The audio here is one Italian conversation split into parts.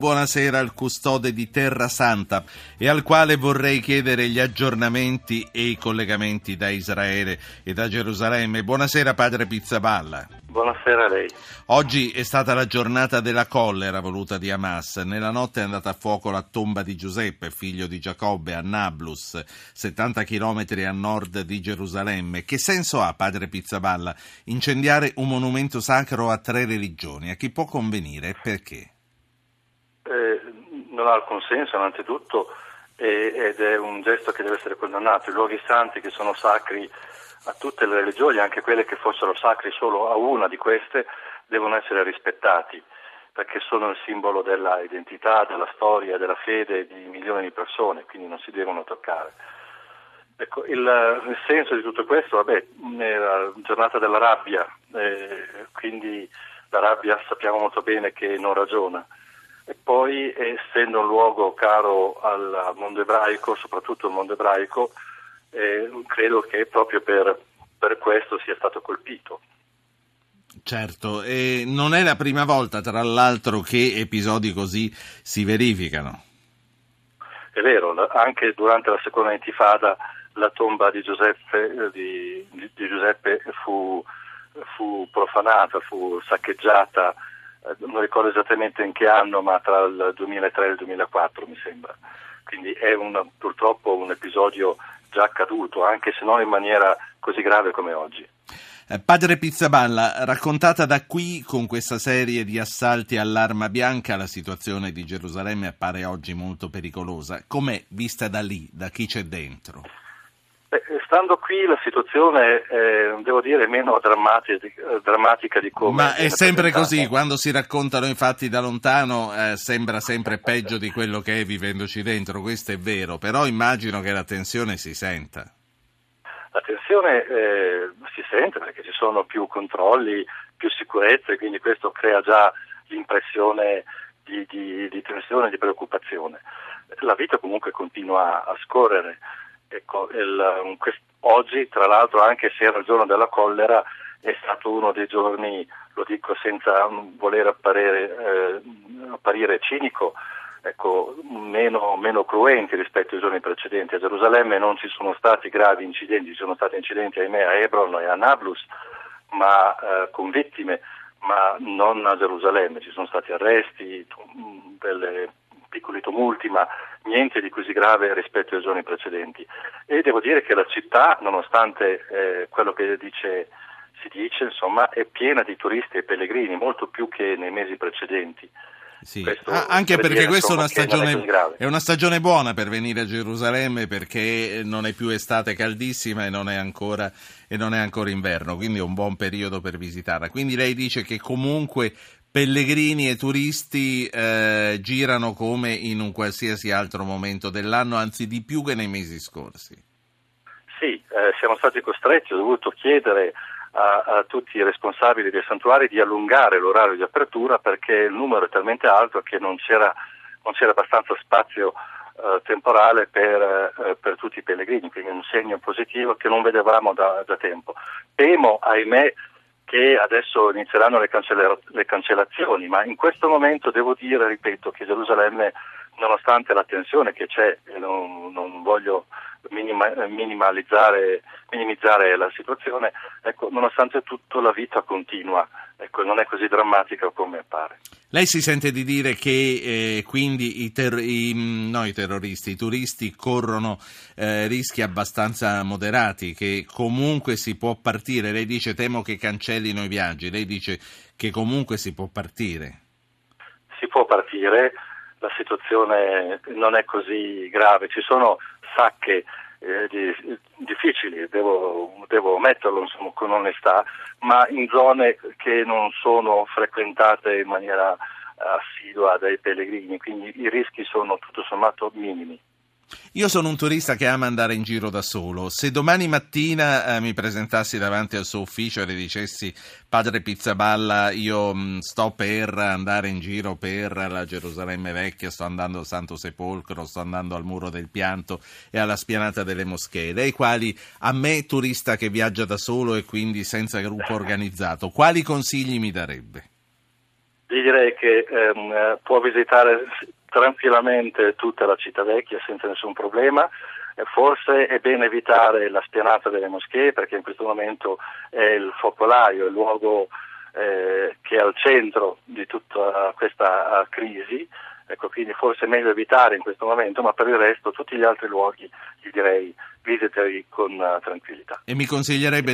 Buonasera al custode di Terra Santa e al quale vorrei chiedere gli aggiornamenti e i collegamenti da Israele e da Gerusalemme. Buonasera padre Pizzaballa. Buonasera a lei. Oggi è stata la giornata della collera voluta di Hamas. Nella notte è andata a fuoco la tomba di Giuseppe, figlio di Giacobbe, a Nablus, 70 chilometri a nord di Gerusalemme. Che senso ha, padre Pizzaballa, incendiare un monumento sacro a 3 religioni? A chi può convenire e perché? Non ha alcun senso innanzitutto ed è un gesto che deve essere condannato. I luoghi santi che sono sacri a tutte le religioni, anche quelle che fossero sacri solo a una di queste, devono essere rispettati perché sono il simbolo della identità, della storia, della fede di milioni di persone, quindi non si devono toccare. Ecco, il senso di tutto questo, è la giornata della rabbia, quindi la rabbia sappiamo molto bene che non ragiona. E poi, essendo un luogo caro al mondo ebraico, soprattutto il mondo ebraico, credo che proprio per questo sia stato colpito. Certo, e non è la prima volta, tra l'altro, che episodi così si verificano. È vero, anche durante la seconda intifada la tomba di Giuseppe, di Giuseppe fu profanata, fu saccheggiata. Non ricordo esattamente in che anno, ma tra il 2003 e il 2004 mi sembra. Quindi è purtroppo un episodio già accaduto, anche se non in maniera così grave come oggi. Padre Pizzaballa, raccontata da qui con questa serie di assalti all'arma bianca, la situazione di Gerusalemme appare oggi molto pericolosa. Com'è vista da lì, da chi c'è dentro? Stando qui la situazione devo dire, meno drammatica di come... Ma è sempre così, quando si raccontano i fatti da lontano sembra sempre peggio di quello che è vivendoci dentro, questo è vero, però immagino che la tensione si senta. La tensione si sente perché ci sono più controlli, più sicurezze, quindi questo crea già l'impressione di tensione, di preoccupazione. La vita comunque continua a scorrere. Ecco, oggi, tra l'altro, anche se era il giorno della collera, è stato uno dei giorni, lo dico senza voler apparire cinico, ecco, meno cruenti rispetto ai giorni precedenti. A Gerusalemme non ci sono stati gravi incidenti, ci sono stati incidenti, ahimè, a Hebron e a Nablus, ma con vittime, ma non a Gerusalemme. Ci sono stati arresti, piccoli tumulti, ma niente di così grave rispetto ai giorni precedenti. E devo dire che la città, nonostante quello che si dice, insomma, è piena di turisti e pellegrini, molto più che nei mesi precedenti. Sì. Anche perché questa è una stagione buona per venire a Gerusalemme, perché non è più estate caldissima e non è ancora inverno, quindi è un buon periodo per visitarla. Quindi lei dice che comunque pellegrini e turisti girano come in un qualsiasi altro momento dell'anno, anzi di più che nei mesi scorsi. Sì, siamo stati costretti, ho dovuto chiedere a tutti i responsabili dei santuari di allungare l'orario di apertura perché il numero è talmente alto che non c'era abbastanza spazio temporale per tutti i pellegrini, quindi un segno positivo che non vedevamo da tempo. Temo, ahimè, che adesso inizieranno le cancellazioni, ma in questo momento devo dire, ripeto, che Gerusalemme, nonostante la tensione che c'è, e non voglio minimizzare la situazione, ecco, nonostante tutto la vita continua, ecco, non è così drammatica come appare. Lei si sente di dire che quindi i turisti corrono rischi abbastanza moderati, che comunque si può partire? Lei dice temo che cancellino i viaggi, lei dice che comunque si può partire? Si può partire, la situazione non è così grave, ci sono sacche difficili, devo ammetterlo, insomma, con onestà, ma in zone che non sono frequentate in maniera assidua dai pellegrini, quindi i rischi sono tutto sommato minimi. Io sono un turista che ama andare in giro da solo. Se domani mattina mi presentassi davanti al suo ufficio e le dicessi: padre Pizzaballa, io sto per andare in giro per la Gerusalemme Vecchia, sto andando al Santo Sepolcro, sto andando al Muro del Pianto e alla Spianata delle Moschee, lei a me turista che viaggia da solo e quindi senza gruppo organizzato, quali consigli mi darebbe? gli direi che può visitare tranquillamente tutta la città vecchia senza nessun problema. Forse è bene evitare la spianata delle moschee, perché in questo momento è il focolaio, il luogo che è al centro di tutta questa crisi. Ecco, quindi forse è meglio evitare in questo momento, ma per il resto tutti gli altri luoghi gli direi visitali con tranquillità. E mi consiglierebbe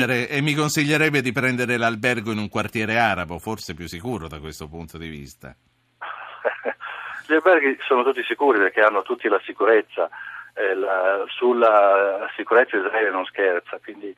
di prendere l'albergo in un quartiere arabo, forse più sicuro da questo punto di vista. Gli alberghi sono tutti sicuri perché hanno tutti la sicurezza, sulla sicurezza Israele non scherza, quindi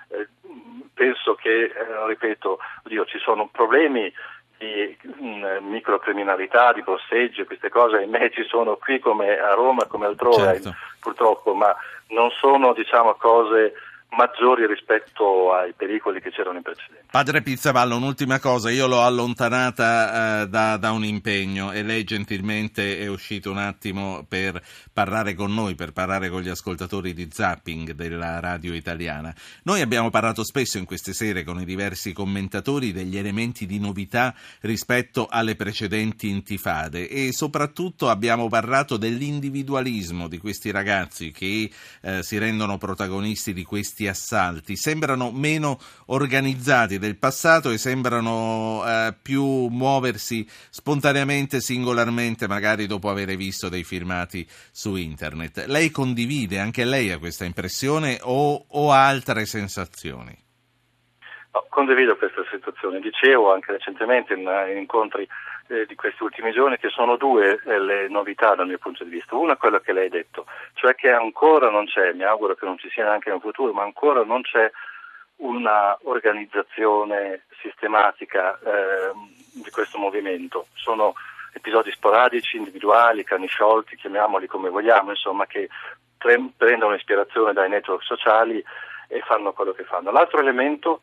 penso che, ripeto, ci sono problemi di microcriminalità, di borseggi, queste cose ahimè ci sono qui come a Roma, come altrove, certo, purtroppo, ma non sono cose maggiori rispetto ai pericoli che c'erano in precedenza. Padre Pizzaballo, un'ultima cosa, io l'ho allontanata da un impegno e lei gentilmente è uscito un attimo per parlare con noi, per parlare con gli ascoltatori di Zapping della radio italiana. Noi abbiamo parlato spesso in queste sere con i diversi commentatori degli elementi di novità rispetto alle precedenti intifade e soprattutto abbiamo parlato dell'individualismo di questi ragazzi che si rendono protagonisti di questi assalti. Sembrano meno organizzati del passato e sembrano più muoversi spontaneamente, singolarmente, magari dopo aver visto dei filmati su internet. Lei condivide, anche lei ha questa impressione o ha altre sensazioni? No, condivido questa situazione. Dicevo anche recentemente in incontri di questi ultimi giorni che sono due le novità dal mio punto di vista. Una è quella che lei ha detto, cioè che ancora non c'è, mi auguro che non ci sia neanche in futuro, ma ancora non c'è una organizzazione sistematica di questo movimento. Sono episodi sporadici, individuali, cani sciolti, chiamiamoli come vogliamo, insomma, che prendono ispirazione dai network sociali e fanno quello che fanno. L'altro elemento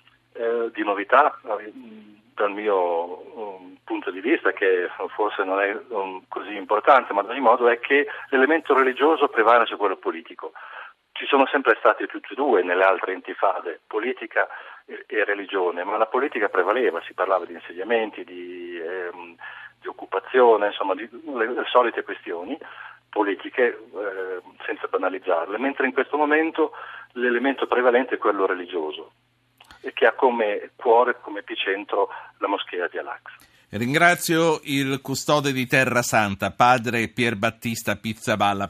di novità dal mio punto di vista, che forse non è così importante, ma ad ogni modo è che l'elemento religioso prevale su quello politico. Ci sono sempre stati tutti e due nelle altre intifade, politica e religione, ma la politica prevaleva, si parlava di insediamenti, di occupazione, insomma le solite questioni politiche senza banalizzarle, mentre in questo momento l'elemento prevalente è quello religioso e che ha come cuore, come epicentro la moschea di Al-Aqsa. Ringrazio il custode di Terra Santa, padre Pierbattista Pizzaballa.